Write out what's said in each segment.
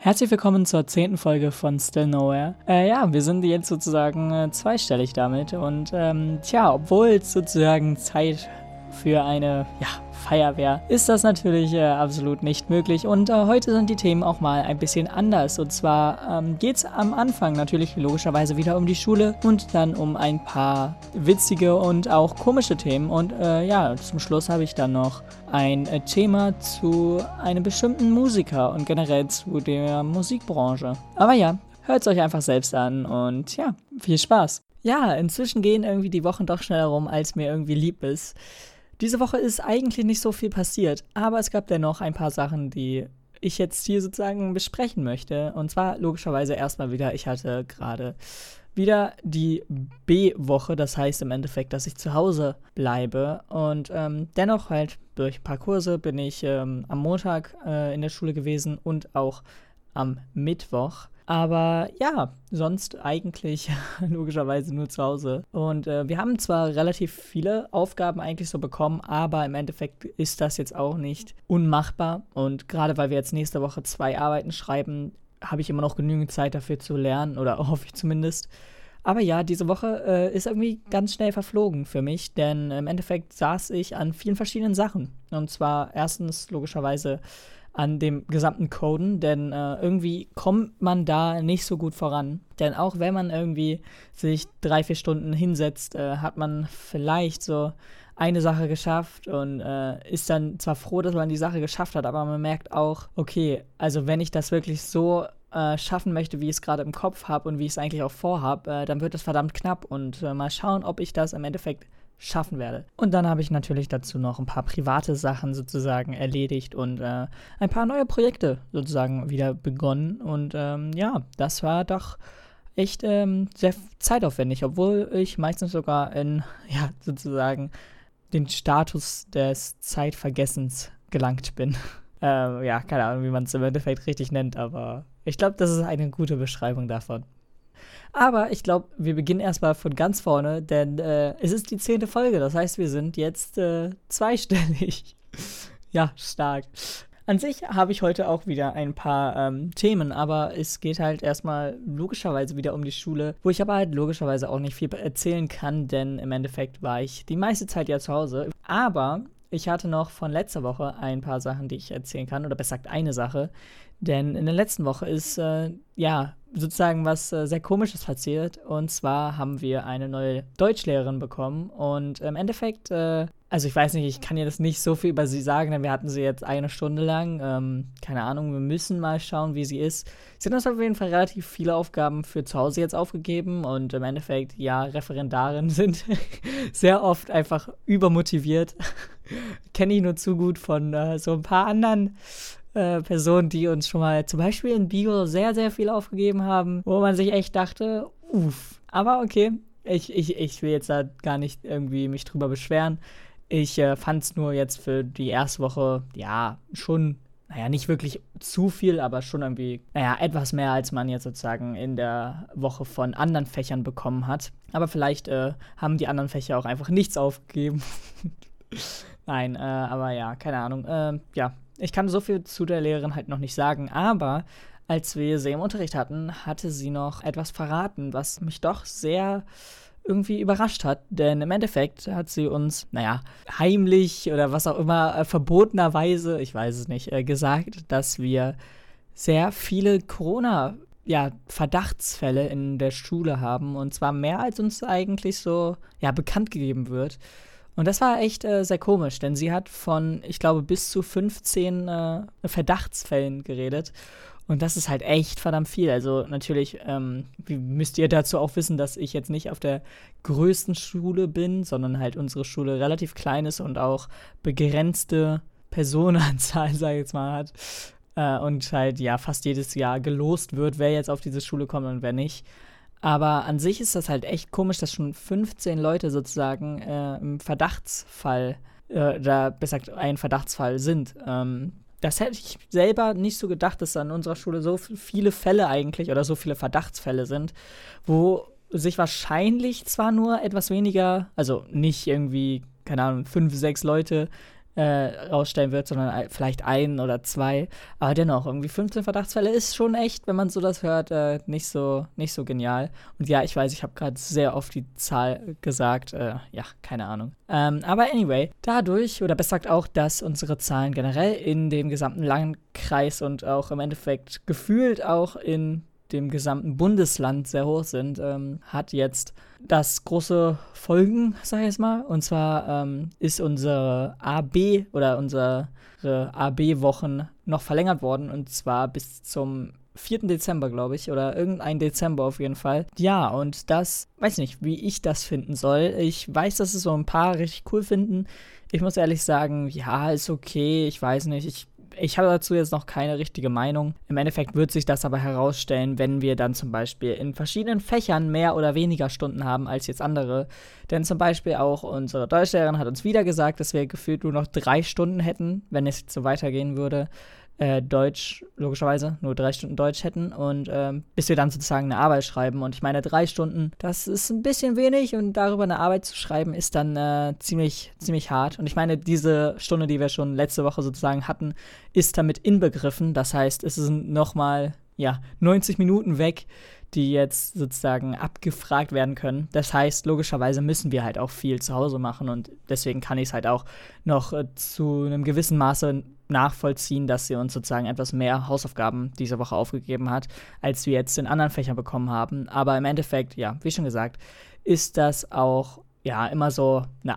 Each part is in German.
Herzlich willkommen zur 10. Folge von Still Nowhere. Wir sind jetzt sozusagen zweistellig damit und obwohl es sozusagen Zeit für eine Feier wäre, ist das natürlich absolut nicht möglich und heute sind die Themen auch mal ein bisschen anders und zwar geht es am Anfang natürlich logischerweise wieder um die Schule und dann um ein paar witzige und auch komische Themen und zum Schluss habe ich dann noch ein Thema zu einem bestimmten Musiker und generell zu der Musikbranche. Aber ja, hört es euch einfach selbst an und ja, viel Spaß. Ja, inzwischen gehen irgendwie die Wochen doch schneller rum, als mir irgendwie lieb ist. Diese Woche ist eigentlich nicht so viel passiert, aber es gab dennoch ein paar Sachen, die ich jetzt hier sozusagen besprechen möchte. Und zwar logischerweise erstmal wieder, ich hatte gerade wieder die B-Woche, das heißt im Endeffekt, dass ich zu Hause bleibe und dennoch halt durch ein paar Kurse bin ich am Montag in der Schule gewesen und auch am Mittwoch. Aber ja, sonst eigentlich logischerweise nur zu Hause. Und wir haben zwar relativ viele Aufgaben eigentlich so bekommen, aber im Endeffekt ist das jetzt auch nicht unmachbar. Und gerade weil wir jetzt nächste Woche 2 Arbeiten schreiben, habe ich immer noch genügend Zeit dafür zu lernen, oder hoffe ich zumindest. Aber ja, diese Woche ist irgendwie ganz schnell verflogen für mich, denn im Endeffekt saß ich an vielen verschiedenen Sachen. Und zwar erstens logischerweise an dem gesamten Coden, denn irgendwie kommt man da nicht so gut voran. Denn auch wenn man irgendwie sich 3-4 Stunden hinsetzt, hat man vielleicht so eine Sache geschafft und ist dann zwar froh, dass man die Sache geschafft hat, aber man merkt auch, okay, also wenn ich das wirklich so schaffen möchte, wie ich es gerade im Kopf habe und wie ich es eigentlich auch vorhabe, dann wird es verdammt knapp und mal schauen, ob ich das im Endeffekt schaffen werde. Und dann habe ich natürlich dazu noch ein paar private Sachen sozusagen erledigt und ein paar neue Projekte sozusagen wieder begonnen. Und das war doch echt sehr zeitaufwendig, obwohl ich meistens sogar in, sozusagen den Status des Zeitvergessens gelangt bin. Keine Ahnung, wie man es im Endeffekt richtig nennt, aber ich glaube, das ist eine gute Beschreibung davon. Aber ich glaube, wir beginnen erstmal von ganz vorne, denn es ist die 10. Folge, das heißt, wir sind jetzt zweistellig. Ja, stark. An sich habe ich heute auch wieder ein paar Themen, aber es geht halt erstmal logischerweise wieder um die Schule, wo ich aber halt logischerweise auch nicht viel erzählen kann, denn im Endeffekt war ich die meiste Zeit ja zu Hause. Aber ich hatte noch von letzter Woche ein paar Sachen, die ich erzählen kann, oder besser gesagt eine Sache, denn in der letzten Woche ist sozusagen was sehr Komisches passiert. Und zwar haben wir eine neue Deutschlehrerin bekommen. Und im Endeffekt, ich weiß nicht, ich kann ja das nicht so viel über sie sagen, denn wir hatten sie jetzt 1 Stunde lang. Keine Ahnung, wir müssen mal schauen, wie sie ist. Sie hat uns auf jeden Fall relativ viele Aufgaben für zu Hause jetzt aufgegeben. Und im Endeffekt, ja, Referendarinnen sind sehr oft einfach übermotiviert. Kenne ich nur zu gut von so ein paar anderen Personen, die uns schon mal zum Beispiel in Bio sehr, sehr viel aufgegeben haben, wo man sich echt dachte, aber okay, ich will jetzt da gar nicht irgendwie mich drüber beschweren. Ich fand es nur jetzt für die erste Woche, schon, nicht wirklich zu viel, aber schon irgendwie, etwas mehr, als man jetzt sozusagen in der Woche von anderen Fächern bekommen hat. Aber vielleicht haben die anderen Fächer auch einfach nichts aufgegeben. Nein, aber ja, keine Ahnung. Ich kann so viel zu der Lehrerin halt noch nicht sagen, aber als wir sie im Unterricht hatten, hatte sie noch etwas verraten, was mich doch sehr irgendwie überrascht hat. Denn im Endeffekt hat sie uns, heimlich oder was auch immer, verbotenerweise, ich weiß es nicht, gesagt, dass wir sehr viele Verdachtsfälle in der Schule haben. Und zwar mehr, als uns eigentlich so bekannt gegeben wird. Und das war echt sehr komisch, denn sie hat von, ich glaube, bis zu 15 Verdachtsfällen geredet. Und das ist halt echt verdammt viel. Also natürlich müsst ihr dazu auch wissen, dass ich jetzt nicht auf der größten Schule bin, sondern halt unsere Schule relativ klein ist und auch begrenzte Personenanzahl, sage ich jetzt mal, hat. Und halt fast jedes Jahr gelost wird, wer jetzt auf diese Schule kommt und wer nicht. Aber an sich ist das halt echt komisch, dass schon 15 Leute sozusagen im Verdachtsfall, besser gesagt ein Verdachtsfall sind. Das hätte ich selber nicht so gedacht, dass an unserer Schule so viele Fälle eigentlich oder so viele Verdachtsfälle sind, wo sich wahrscheinlich zwar nur etwas weniger, also nicht irgendwie, keine Ahnung, 5, 6 Leute rausstellen wird, sondern vielleicht 1 oder 2. Aber dennoch, irgendwie 15 Verdachtsfälle ist schon echt, wenn man so das hört, nicht so genial. Und ja, ich weiß, ich habe gerade sehr oft die Zahl gesagt. Ja, keine Ahnung. Aber anyway, dadurch, oder besser gesagt auch, dass unsere Zahlen generell in dem gesamten Landkreis und auch im Endeffekt gefühlt auch in dem gesamten Bundesland sehr hoch sind, hat jetzt das große Folgen, sag ich jetzt mal. Und zwar ist unsere AB oder unsere AB-Wochen noch verlängert worden. Und zwar bis zum 4. Dezember, glaube ich, oder irgendein Dezember auf jeden Fall. Ja, und das, weiß nicht, wie ich das finden soll. Ich weiß, dass es so ein paar richtig cool finden. Ich muss ehrlich sagen, ja, ist okay, ich weiß nicht, ich habe dazu jetzt noch keine richtige Meinung. Im Endeffekt wird sich das aber herausstellen, wenn wir dann zum Beispiel in verschiedenen Fächern mehr oder weniger Stunden haben als jetzt andere. Denn zum Beispiel auch unsere Deutschlehrerin hat uns wieder gesagt, dass wir gefühlt nur noch 3 Stunden hätten, wenn es jetzt so weitergehen würde. Deutsch, logischerweise, nur 3 Stunden Deutsch hätten und bis wir dann sozusagen eine Arbeit schreiben. Und ich meine, 3 Stunden, das ist ein bisschen wenig und darüber eine Arbeit zu schreiben, ist dann ziemlich hart. Und ich meine, diese Stunde, die wir schon letzte Woche sozusagen hatten, ist damit inbegriffen. Das heißt, es sind nochmal, 90 Minuten weg, die jetzt sozusagen abgefragt werden können. Das heißt, logischerweise müssen wir halt auch viel zu Hause machen und deswegen kann ich es halt auch noch zu einem gewissen Maße nachvollziehen, dass sie uns sozusagen etwas mehr Hausaufgaben diese Woche aufgegeben hat, als wir jetzt in anderen Fächern bekommen haben. Aber im Endeffekt, ja, wie schon gesagt, ist das auch immer so eine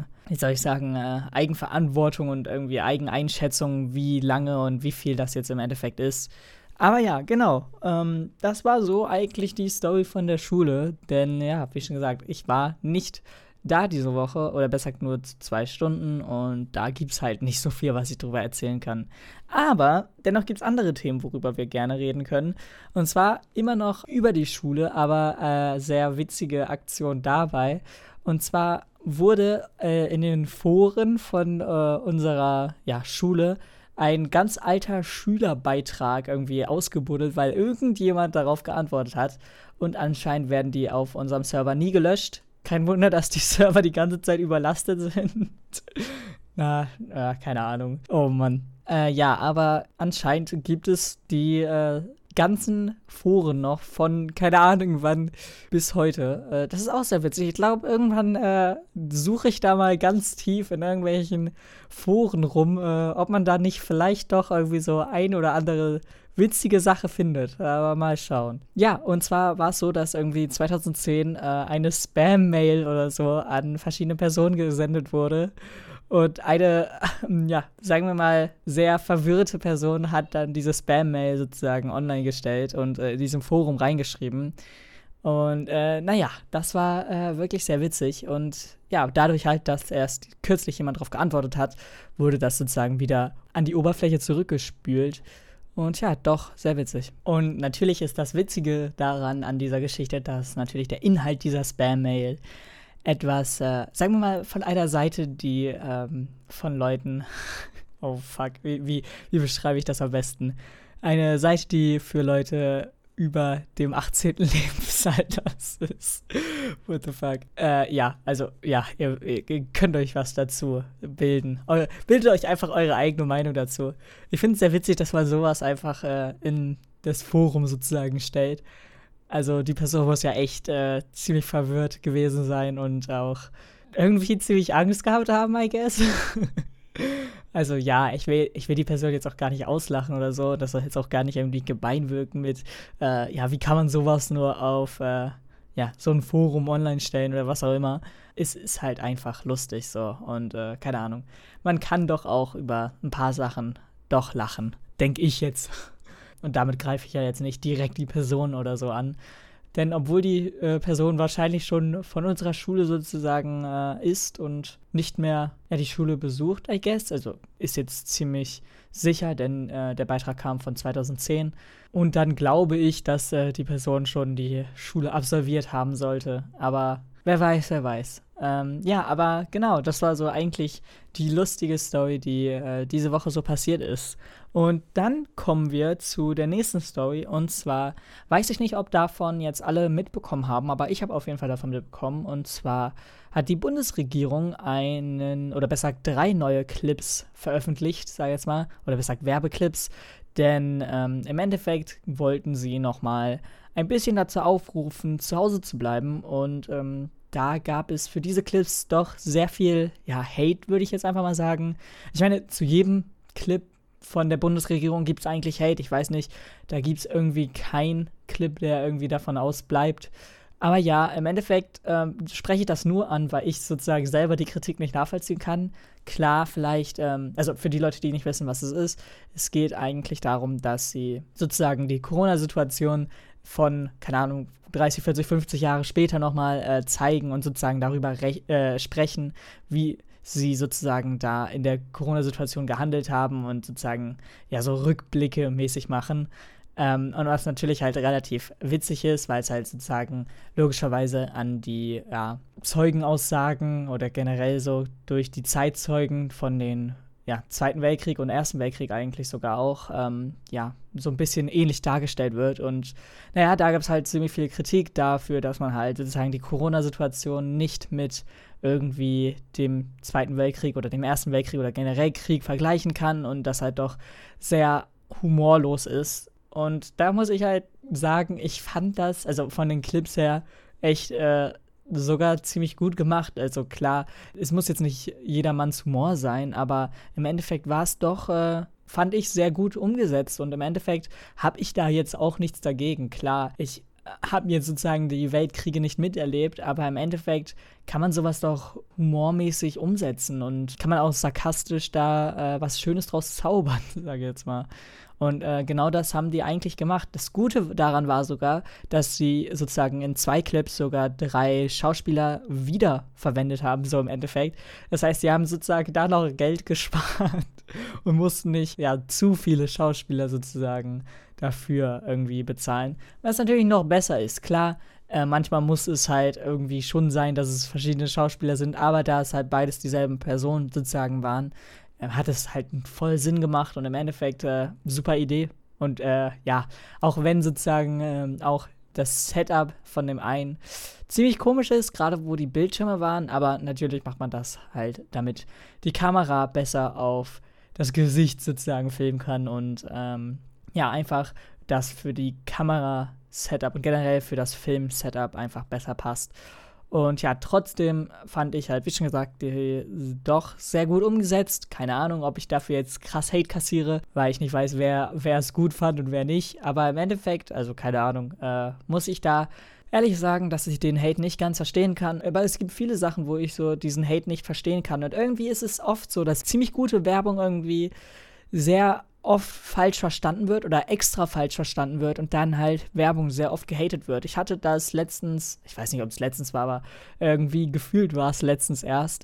Eigenverantwortung und irgendwie Eigeneinschätzung, wie lange und wie viel das jetzt im Endeffekt ist. Aber ja, genau. Das war so eigentlich die Story von der Schule. Denn ja, wie schon gesagt, ich war nicht da diese Woche. Oder besser gesagt nur 2 Stunden. Und da gibt es halt nicht so viel, was ich drüber erzählen kann. Aber dennoch gibt es andere Themen, worüber wir gerne reden können. Und zwar immer noch über die Schule, aber sehr witzige Aktion dabei. Und zwar wurde in den Foren von unserer Schule ein ganz alter Schülerbeitrag irgendwie ausgebuddelt, weil irgendjemand darauf geantwortet hat. Und anscheinend werden die auf unserem Server nie gelöscht. Kein Wunder, dass die Server die ganze Zeit überlastet sind. Keine Ahnung. Oh Mann. Aber anscheinend gibt es die ganzen Foren noch von, keine Ahnung wann, bis heute. Das ist auch sehr witzig. Ich glaube, irgendwann suche ich da mal ganz tief in irgendwelchen Foren rum, ob man da nicht vielleicht doch irgendwie so ein oder andere witzige Sache findet. Aber mal schauen. Ja, und zwar war es so, dass irgendwie 2010 eine Spam-Mail oder so an verschiedene Personen gesendet wurde. Und eine, sagen wir mal, sehr verwirrte Person hat dann diese Spam-Mail sozusagen online gestellt und in diesem Forum reingeschrieben. Und das war wirklich sehr witzig. Und ja, dadurch halt, dass erst kürzlich jemand darauf geantwortet hat, wurde das sozusagen wieder an die Oberfläche zurückgespült. Und ja, doch, sehr witzig. Und natürlich ist das Witzige daran, an dieser Geschichte, dass natürlich der Inhalt dieser Spam-Mail etwas, sagen wir mal, von einer Seite, die von Leuten, oh fuck, wie beschreibe ich das am besten? Eine Seite, die für Leute über dem 18. Lebensalter ist. What the fuck? Ihr könnt euch was dazu bilden. Bildet euch einfach eure eigene Meinung dazu. Ich finde es sehr witzig, dass man sowas einfach in das Forum sozusagen stellt. Also die Person muss ja echt ziemlich verwirrt gewesen sein und auch irgendwie ziemlich Angst gehabt haben, I guess. Also ja, ich will die Person jetzt auch gar nicht auslachen oder so. Das soll jetzt auch gar nicht irgendwie gemein wirken mit, wie kann man sowas nur auf so ein Forum online stellen oder was auch immer. Es ist halt einfach lustig so und keine Ahnung. Man kann doch auch über ein paar Sachen doch lachen, denke ich jetzt. Und damit greife ich ja jetzt nicht direkt die Person oder so an. Denn obwohl die Person wahrscheinlich schon von unserer Schule sozusagen ist und nicht mehr die Schule besucht, I guess. Also ist jetzt ziemlich sicher, denn der Beitrag kam von 2010. Und dann glaube ich, dass die Person schon die Schule absolviert haben sollte. Aber wer weiß. Ja, aber genau, das war so eigentlich die lustige Story, die diese Woche so passiert ist. Und dann kommen wir zu der nächsten Story. Und zwar weiß ich nicht, ob davon jetzt alle mitbekommen haben, aber ich habe auf jeden Fall davon mitbekommen. Und zwar hat die Bundesregierung oder besser gesagt 3 neue Clips veröffentlicht, sage ich jetzt mal, oder besser gesagt Werbeclips. Denn im Endeffekt wollten sie nochmal ein bisschen dazu aufrufen, zu Hause zu bleiben. Und da gab es für diese Clips doch sehr viel, ja, Hate, würde ich jetzt einfach mal sagen. Ich meine, zu jedem Clip von der Bundesregierung gibt es eigentlich Hate. Ich weiß nicht, da gibt es irgendwie keinen Clip, der irgendwie davon ausbleibt. Aber ja, im Endeffekt spreche ich das nur an, weil ich sozusagen selber die Kritik nicht nachvollziehen kann. Klar, vielleicht, also für die Leute, die nicht wissen, was es geht eigentlich darum, dass sie sozusagen die Corona-Situation von, keine Ahnung, 30, 40, 50 Jahre später nochmal zeigen und sozusagen darüber sprechen, wie sie sozusagen da in der Corona-Situation gehandelt haben und sozusagen ja so Rückblicke mäßig machen. Und was natürlich halt relativ witzig ist, weil es halt sozusagen logischerweise an die Zeugenaussagen oder generell so durch die Zeitzeugen von den Zweiten Weltkrieg und Ersten Weltkrieg eigentlich sogar auch, so ein bisschen ähnlich dargestellt wird. Und naja, da gab es halt ziemlich viel Kritik dafür, dass man halt sozusagen die Corona-Situation nicht mit irgendwie dem Zweiten Weltkrieg oder dem Ersten Weltkrieg oder generell Krieg vergleichen kann und das halt doch sehr humorlos ist. Und da muss ich halt sagen, ich fand das, also von den Clips her, echt sogar ziemlich gut gemacht. Also klar, es muss jetzt nicht jedermanns Humor sein, aber im Endeffekt war es doch, fand ich, sehr gut umgesetzt. Und im Endeffekt habe ich da jetzt auch nichts dagegen. Klar, ich habe jetzt sozusagen die Weltkriege nicht miterlebt, aber im Endeffekt kann man sowas doch humormäßig umsetzen und kann man auch sarkastisch da was Schönes draus zaubern, sage ich jetzt mal. Und genau das haben die eigentlich gemacht. Das Gute daran war sogar, dass sie sozusagen in 2 Clips sogar 3 Schauspieler wiederverwendet haben, so im Endeffekt. Das heißt, sie haben sozusagen da noch Geld gespart und mussten nicht zu viele Schauspieler sozusagen dafür irgendwie bezahlen. Was natürlich noch besser ist. Klar, manchmal muss es halt irgendwie schon sein, dass es verschiedene Schauspieler sind, aber da es halt beides dieselben Personen sozusagen waren, hat es halt voll Sinn gemacht und im Endeffekt super Idee. Und auch wenn sozusagen auch das Setup von dem einen ziemlich komisch ist, gerade wo die Bildschirme waren, aber natürlich macht man das halt, damit die Kamera besser auf das Gesicht sozusagen filmen kann und einfach das für die Kamera-Setup und generell für das Film-Setup einfach besser passt. Und ja, trotzdem fand ich halt, wie schon gesagt, die doch sehr gut umgesetzt. Keine Ahnung, ob ich dafür jetzt krass Hate kassiere, weil ich nicht weiß, wer es gut fand und wer nicht. Aber im Endeffekt, also keine Ahnung, muss ich da ehrlich sagen, dass ich den Hate nicht ganz verstehen kann. Aber es gibt viele Sachen, wo ich so diesen Hate nicht verstehen kann. Und irgendwie ist es oft so, dass ziemlich gute Werbung irgendwie sehr oft falsch verstanden wird oder extra falsch verstanden wird und dann halt Werbung sehr oft gehatet wird. Ich hatte das letztens, ich weiß nicht, ob es letztens war, aber irgendwie gefühlt war es letztens erst,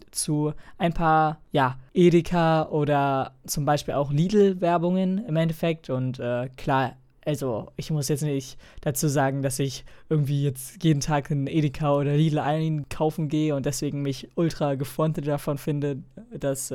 zu ein paar, Edeka oder zum Beispiel auch Lidl-Werbungen im Endeffekt und klar, also ich muss jetzt nicht dazu sagen, dass ich irgendwie jetzt jeden Tag in Edeka oder Lidl einkaufen gehe und deswegen mich ultra gefrontet davon finde, dass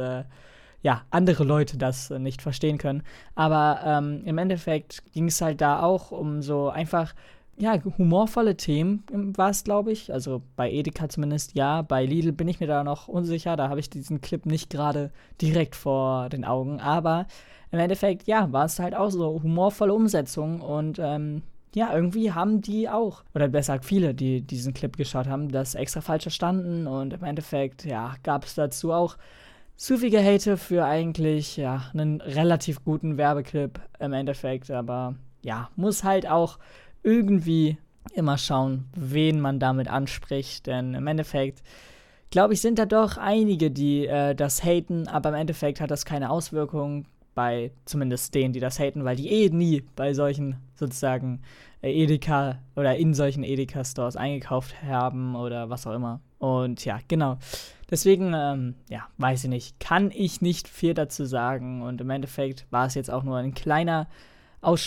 andere Leute das nicht verstehen können. Aber im Endeffekt ging es halt da auch um so einfach, humorvolle Themen war es, glaube ich. Also bei Edeka zumindest, ja. Bei Lidl bin ich mir da noch unsicher. Da habe ich diesen Clip nicht gerade direkt vor den Augen. Aber im Endeffekt, war es halt auch so humorvolle Umsetzung. Und irgendwie haben die auch, oder besser gesagt viele, die diesen Clip geschaut haben, das extra falsch verstanden. Und im Endeffekt, gab es dazu auch zu viel Gehate für eigentlich, einen relativ guten Werbeclip im Endeffekt, aber muss halt auch irgendwie immer schauen, wen man damit anspricht, denn im Endeffekt, glaube ich, sind da doch einige, die das haten, aber im Endeffekt hat das keine Auswirkungen bei zumindest denen, die das haten, weil die nie bei solchen sozusagen Edeka oder in solchen Edeka-Stores eingekauft haben oder was auch immer. Und genau. Deswegen, weiß ich nicht, kann ich nicht viel dazu sagen. Und im Endeffekt war es jetzt auch nur ein kleiner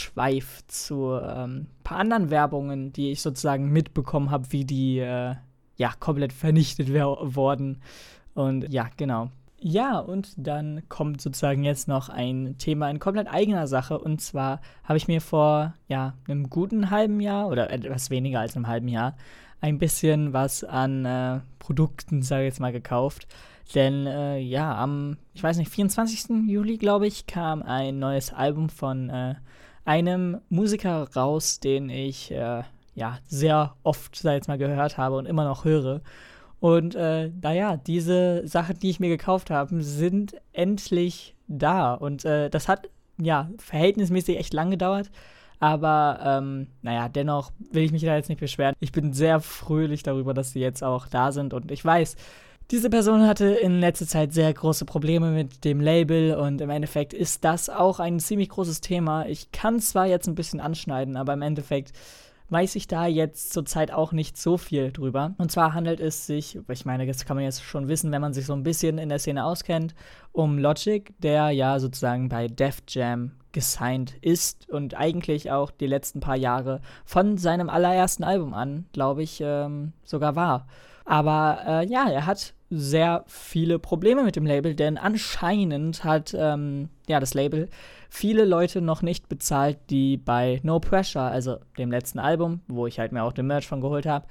Ausschweif zu ein paar anderen Werbungen, die ich sozusagen mitbekommen habe, wie die ja, komplett vernichtet worden. Und ja, genau. Ja, und dann kommt sozusagen jetzt noch ein Thema in komplett eigener Sache. Und zwar habe ich mir vor, ja, einem guten halben Jahr oder etwas weniger als einem halben Jahr ein bisschen was an Produkten, sage ich jetzt mal, gekauft. Denn ja, am, ich weiß nicht, 24. Juli, glaube ich, kam ein neues Album von einem Musiker raus, den ich ja sehr oft, sag ich jetzt mal, gehört habe und immer noch höre. Und naja, diese Sachen, die ich mir gekauft habe, sind endlich da. Und das hat ja verhältnismäßig echt lang gedauert. Aber naja, dennoch will ich mich da jetzt nicht beschweren. Ich bin sehr fröhlich darüber, dass sie jetzt auch da sind. Und ich weiß, diese Person hatte in letzter Zeit sehr große Probleme mit dem Label. Und im Endeffekt ist das auch ein ziemlich großes Thema. Ich kann zwar jetzt ein bisschen anschneiden, aber im Endeffekt weiß ich da jetzt zurzeit auch nicht so viel drüber. Und zwar handelt es sich, ich meine, das kann man jetzt schon wissen, wenn man sich so ein bisschen in der Szene auskennt, um Logic, der ja sozusagen bei Def Jam gesigned ist und eigentlich auch die letzten paar Jahre von seinem allerersten Album an, glaube ich, sogar war. Aber ja, er hat sehr viele Probleme mit dem Label, denn anscheinend hat ja, das Label viele Leute noch nicht bezahlt, die bei No Pressure, also dem letzten Album, wo ich halt mir auch den Merch von geholt habe,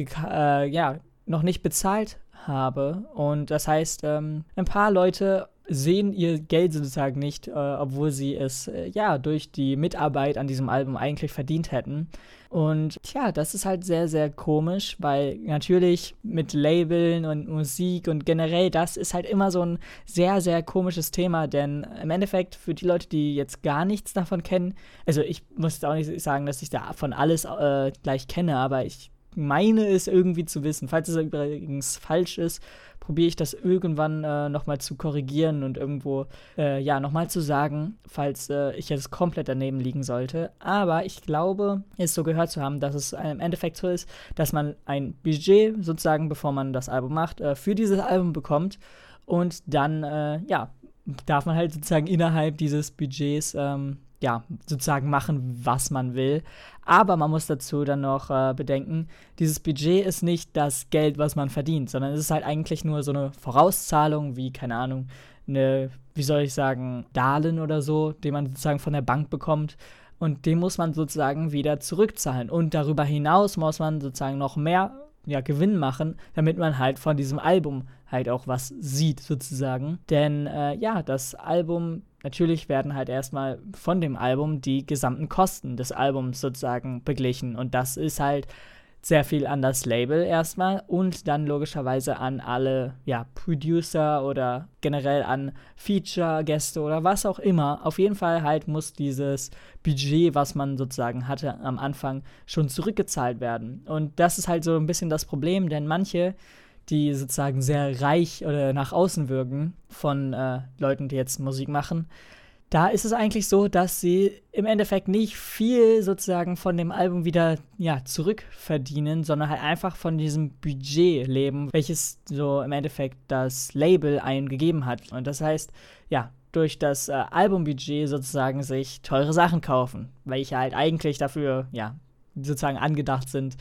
ja, noch nicht bezahlt habe. Und das heißt, ein paar Leute sehen ihr Geld sozusagen nicht, obwohl sie es ja durch die Mitarbeit an diesem Album eigentlich verdient hätten. Und tja, das ist halt sehr, sehr komisch, weil natürlich mit Labeln und Musik und generell, das ist halt immer so ein sehr, sehr komisches Thema, denn im Endeffekt für die Leute, die jetzt gar nichts davon kennen, also ich muss jetzt auch nicht sagen, dass ich davon alles gleich kenne, aber ich meine es irgendwie zu wissen. Falls es übrigens falsch ist, probiere ich das irgendwann nochmal zu korrigieren und irgendwo ja, nochmal zu sagen, falls ich jetzt komplett daneben liegen sollte. Aber ich glaube, es so gehört zu haben, dass es im Endeffekt so ist, dass man ein Budget sozusagen, bevor man das Album macht, für dieses Album bekommt und dann, ja, darf man halt sozusagen innerhalb dieses Budgets ja, sozusagen machen, was man will. Aber man muss dazu dann noch bedenken, dieses Budget ist nicht das Geld, was man verdient, sondern es ist halt eigentlich nur so eine Vorauszahlung, wie, keine Ahnung, eine, wie soll ich sagen, Darlehen oder so, den man sozusagen von der Bank bekommt. Und den muss man sozusagen wieder zurückzahlen. Und darüber hinaus muss man sozusagen noch mehr ja, Gewinn machen, damit man halt von diesem Album halt auch was sieht, sozusagen. Denn ja, das Album, natürlich werden halt erstmal von dem Album die gesamten Kosten des Albums sozusagen beglichen. Und das ist halt sehr viel an das Label erstmal und dann logischerweise an alle, ja, Producer oder generell an Feature-Gäste oder was auch immer. Auf jeden Fall halt muss dieses Budget, was man sozusagen hatte am Anfang, schon zurückgezahlt werden. Und das ist halt so ein bisschen das Problem, denn manche, die sozusagen sehr reich oder nach außen wirken von Leuten, die jetzt Musik machen, da ist es eigentlich so, dass sie im Endeffekt nicht viel sozusagen von dem Album wieder ja, zurückverdienen, sondern halt einfach von diesem Budget leben, welches so im Endeffekt das Label einem gegeben hat. Und das heißt, ja, durch das Albumbudget sozusagen sich teure Sachen kaufen, welche halt eigentlich dafür, ja, sozusagen angedacht sind,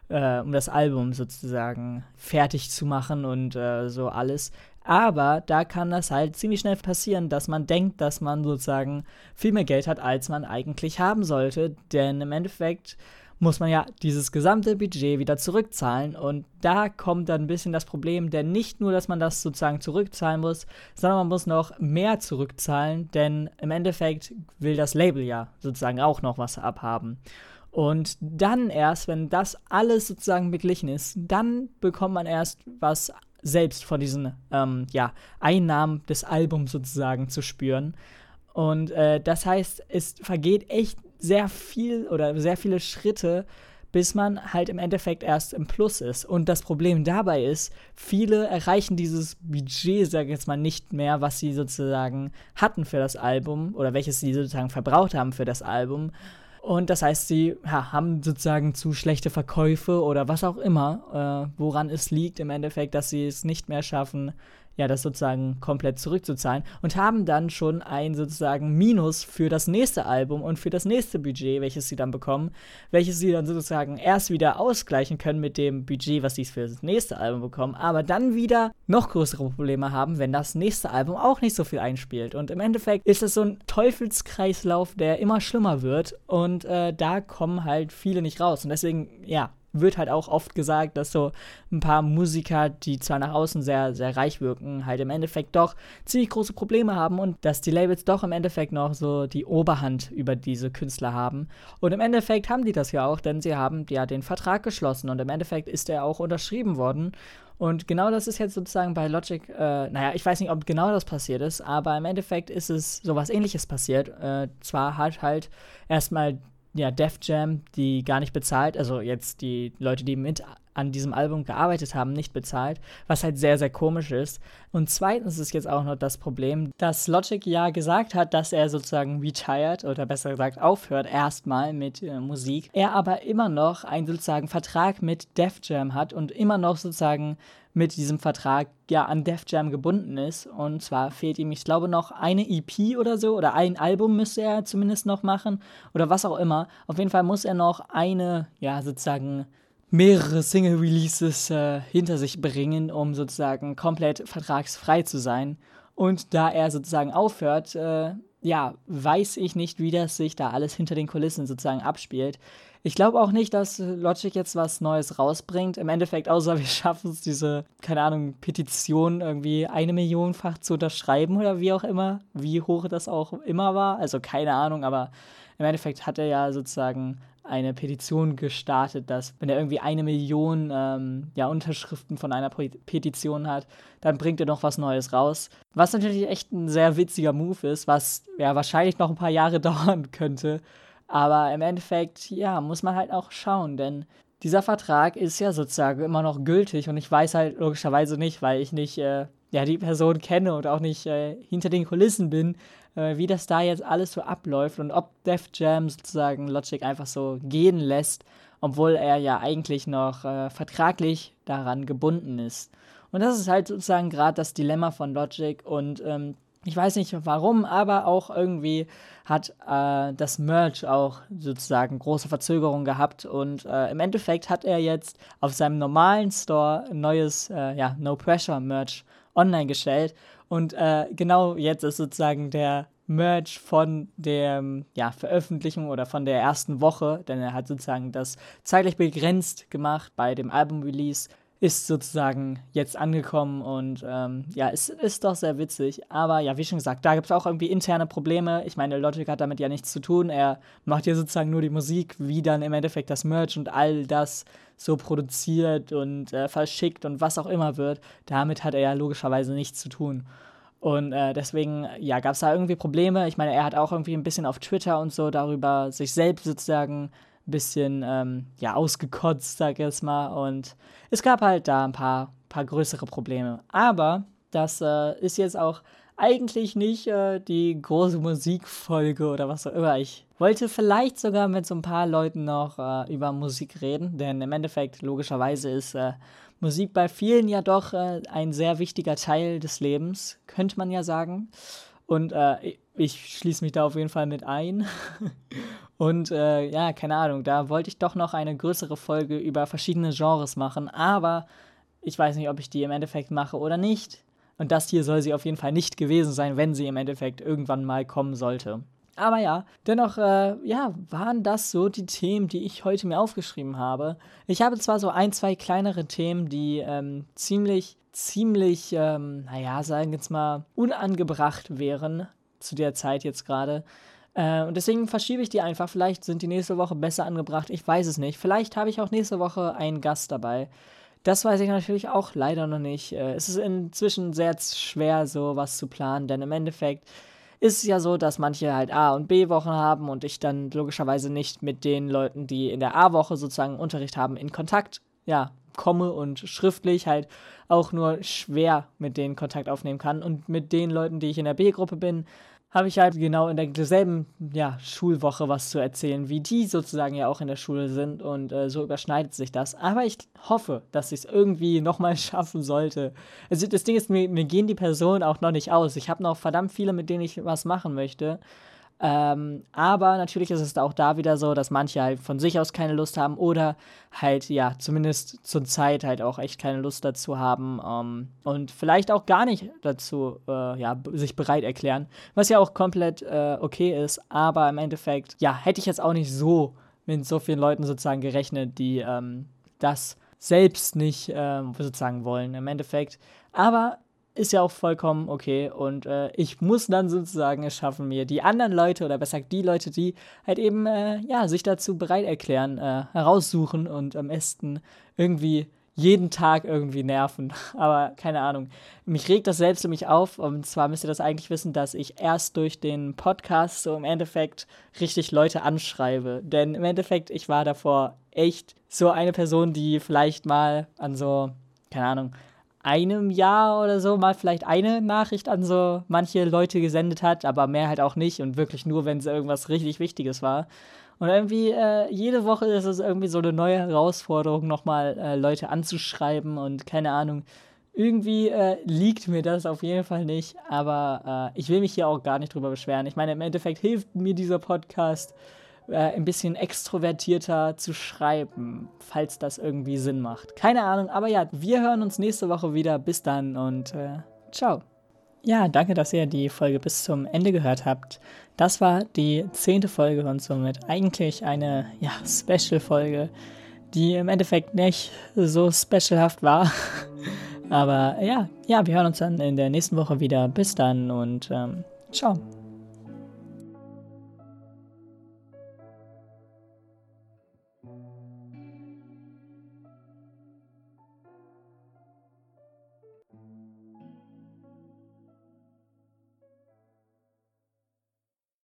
um das Album sozusagen fertig zu machen und so alles. Aber da kann das halt ziemlich schnell passieren, dass man denkt, dass man sozusagen viel mehr Geld hat, als man eigentlich haben sollte. Denn im Endeffekt muss man ja dieses gesamte Budget wieder zurückzahlen. Und da kommt dann ein bisschen das Problem, denn nicht nur, dass man das sozusagen zurückzahlen muss, sondern man muss noch mehr zurückzahlen, denn im Endeffekt will das Label ja sozusagen auch noch was abhaben. Und dann erst, wenn das alles sozusagen beglichen ist, dann bekommt man erst was selbst von diesen ja, Einnahmen des Albums sozusagen zu spüren. Und das heißt, es vergeht echt sehr viel oder sehr viele Schritte, bis man halt im Endeffekt erst im Plus ist. Und das Problem dabei ist, viele erreichen dieses Budget, sage ich jetzt mal, nicht mehr, was sie sozusagen hatten für das Album oder welches sie sozusagen verbraucht haben für das Album. Und das heißt, sie ja, haben sozusagen zu schlechte Verkäufe oder was auch immer, woran es liegt im Endeffekt, dass sie es nicht mehr schaffen, ja, das sozusagen komplett zurückzuzahlen und haben dann schon ein sozusagen Minus für das nächste Album und für das nächste Budget, welches sie dann bekommen, welches sie dann sozusagen erst wieder ausgleichen können mit dem Budget, was sie für das nächste Album bekommen, aber dann wieder noch größere Probleme haben, wenn das nächste Album auch nicht so viel einspielt. Und im Endeffekt ist es so ein Teufelskreislauf, der immer schlimmer wird und da kommen halt viele nicht raus. Und deswegen, ja, wird halt auch oft gesagt, dass so ein paar Musiker, die zwar nach außen sehr, sehr reich wirken, halt im Endeffekt doch ziemlich große Probleme haben und dass die Labels doch im Endeffekt noch so die Oberhand über diese Künstler haben. Und im Endeffekt haben die das ja auch, denn sie haben ja den Vertrag geschlossen und im Endeffekt ist er auch unterschrieben worden. Und genau das ist jetzt sozusagen bei Logic, ich weiß nicht, ob genau das passiert ist, aber im Endeffekt ist es sowas Ähnliches passiert. Zwar hat halt erstmal Def Jam, die gar nicht bezahlt, also jetzt die Leute, die mit an diesem Album gearbeitet haben, nicht bezahlt, was halt sehr, sehr komisch ist. Und zweitens ist jetzt auch noch das Problem, dass Logic ja gesagt hat, dass er sozusagen retired oder besser gesagt aufhört erstmal mit Musik. Er aber immer noch einen sozusagen Vertrag mit Def Jam hat und immer noch sozusagen mit diesem Vertrag an Def Jam gebunden ist. Und zwar fehlt ihm, ich glaube, noch eine EP oder so oder ein Album müsste er zumindest noch machen oder was auch immer. Auf jeden Fall muss er noch sozusagen mehrere Single-Releases hinter sich bringen, um sozusagen komplett vertragsfrei zu sein. Und da er sozusagen aufhört, weiß ich nicht, wie das sich da alles hinter den Kulissen sozusagen abspielt. Ich glaube auch nicht, dass Logic jetzt was Neues rausbringt. Im Endeffekt, außer wir schaffen es, diese, keine Ahnung, Petition irgendwie 1 Millionenfach zu unterschreiben oder wie auch immer, wie hoch das auch immer war. Also keine Ahnung, aber im Endeffekt hat er ja sozusagen eine Petition gestartet, dass wenn er irgendwie 1 Million Unterschriften von einer Petition hat, dann bringt er noch was Neues raus. Was natürlich echt ein sehr witziger Move ist, was ja wahrscheinlich noch ein paar Jahre dauern könnte. Aber im Endeffekt, muss man halt auch schauen, denn dieser Vertrag ist ja sozusagen immer noch gültig und ich weiß halt logischerweise nicht, weil ich nicht die Person kenne und auch nicht hinter den Kulissen bin, wie das da jetzt alles so abläuft und ob Def Jam sozusagen Logic einfach so gehen lässt, obwohl er ja eigentlich noch vertraglich daran gebunden ist. Und das ist halt sozusagen gerade das Dilemma von Logic und ich weiß nicht warum, aber auch irgendwie hat das Merch auch sozusagen große Verzögerungen gehabt und im Endeffekt hat er jetzt auf seinem normalen Store ein neues No Pressure Merch online gestellt und genau jetzt ist sozusagen der Merch von der Veröffentlichung oder von der ersten Woche, denn er hat sozusagen das zeitlich begrenzt gemacht bei dem Album-Release, ist sozusagen jetzt angekommen und es ist doch sehr witzig. Aber ja, wie schon gesagt, da gibt es auch irgendwie interne Probleme. Ich meine, Logic hat damit ja nichts zu tun. Er macht ja sozusagen nur die Musik, wie dann im Endeffekt das Merch und all das so produziert und verschickt und was auch immer wird. Damit hat er ja logischerweise nichts zu tun. Und deswegen, gab es da irgendwie Probleme. Ich meine, er hat auch irgendwie ein bisschen auf Twitter und so darüber sich selbst sozusagen bisschen ausgekotzt, sag ich jetzt mal. Und es gab halt da ein paar größere Probleme. Aber das ist jetzt auch eigentlich nicht die große Musikfolge oder was auch immer. Ich wollte vielleicht sogar mit so ein paar Leuten noch über Musik reden, denn im Endeffekt logischerweise ist Musik bei vielen ja doch ein sehr wichtiger Teil des Lebens, könnte man ja sagen. Und ich schließe mich da auf jeden Fall mit ein. Und keine Ahnung, da wollte ich doch noch eine größere Folge über verschiedene Genres machen, aber ich weiß nicht, ob ich die im Endeffekt mache oder nicht. Und das hier soll sie auf jeden Fall nicht gewesen sein, wenn sie im Endeffekt irgendwann mal kommen sollte. Aber ja, dennoch, waren das so die Themen, die ich heute mir aufgeschrieben habe. Ich habe zwar so 1, 2 kleinere Themen, die ziemlich, sagen wir jetzt mal, unangebracht wären zu der Zeit jetzt gerade. Und deswegen verschiebe ich die einfach. Vielleicht sind die nächste Woche besser angebracht. Ich weiß es nicht. Vielleicht habe ich auch nächste Woche einen Gast dabei. Das weiß ich natürlich auch leider noch nicht. Es ist inzwischen sehr schwer, so was zu planen, denn im Endeffekt ist es ja so, dass manche halt A- und B-Wochen haben und ich dann logischerweise nicht mit den Leuten, die in der A-Woche sozusagen Unterricht haben, in Kontakt komme und schriftlich halt auch nur schwer mit denen Kontakt aufnehmen kann. Und mit den Leuten, die ich in der B-Gruppe bin, habe ich halt genau in derselben Schulwoche was zu erzählen, wie die sozusagen ja auch in der Schule sind und so überschneidet sich das. Aber ich hoffe, dass ich es irgendwie nochmal schaffen sollte. Also das Ding ist, mir gehen die Personen auch noch nicht aus. Ich habe noch verdammt viele, mit denen ich was machen möchte. Aber natürlich ist es auch da wieder so, dass manche halt von sich aus keine Lust haben oder halt, ja, zumindest zur Zeit halt auch echt keine Lust dazu haben und vielleicht auch gar nicht dazu, sich bereit erklären, was ja auch komplett okay ist, aber im Endeffekt, ja, hätte ich jetzt auch nicht so mit so vielen Leuten sozusagen gerechnet, die das selbst nicht sozusagen wollen im Endeffekt, aber ist ja auch vollkommen okay und ich muss dann sozusagen es schaffen, mir die anderen Leute oder besser gesagt die Leute, die halt eben sich dazu bereit erklären, heraussuchen und am besten irgendwie jeden Tag irgendwie nerven. Aber keine Ahnung. Mich regt das selbst nämlich auf und zwar müsst ihr das eigentlich wissen, dass ich erst durch den Podcast so im Endeffekt richtig Leute anschreibe. Denn im Endeffekt, ich war davor echt so eine Person, die vielleicht mal an so, keine Ahnung, einem Jahr oder so mal vielleicht eine Nachricht an so manche Leute gesendet hat, aber mehr halt auch nicht und wirklich nur, wenn es irgendwas richtig Wichtiges war. Und irgendwie jede Woche ist es irgendwie so eine neue Herausforderung, nochmal Leute anzuschreiben und keine Ahnung. Irgendwie liegt mir das auf jeden Fall nicht, aber ich will mich hier auch gar nicht drüber beschweren. Ich meine, im Endeffekt hilft mir dieser Podcast, ein bisschen extrovertierter zu schreiben, falls das irgendwie Sinn macht. Keine Ahnung, aber ja, wir hören uns nächste Woche wieder. Bis dann und ciao. Ja, danke, dass ihr die Folge bis zum Ende gehört habt. Das war die 10. Folge und somit eigentlich eine Special-Folge, die im Endeffekt nicht so specialhaft war. Aber ja, wir hören uns dann in der nächsten Woche wieder. Bis dann und ciao.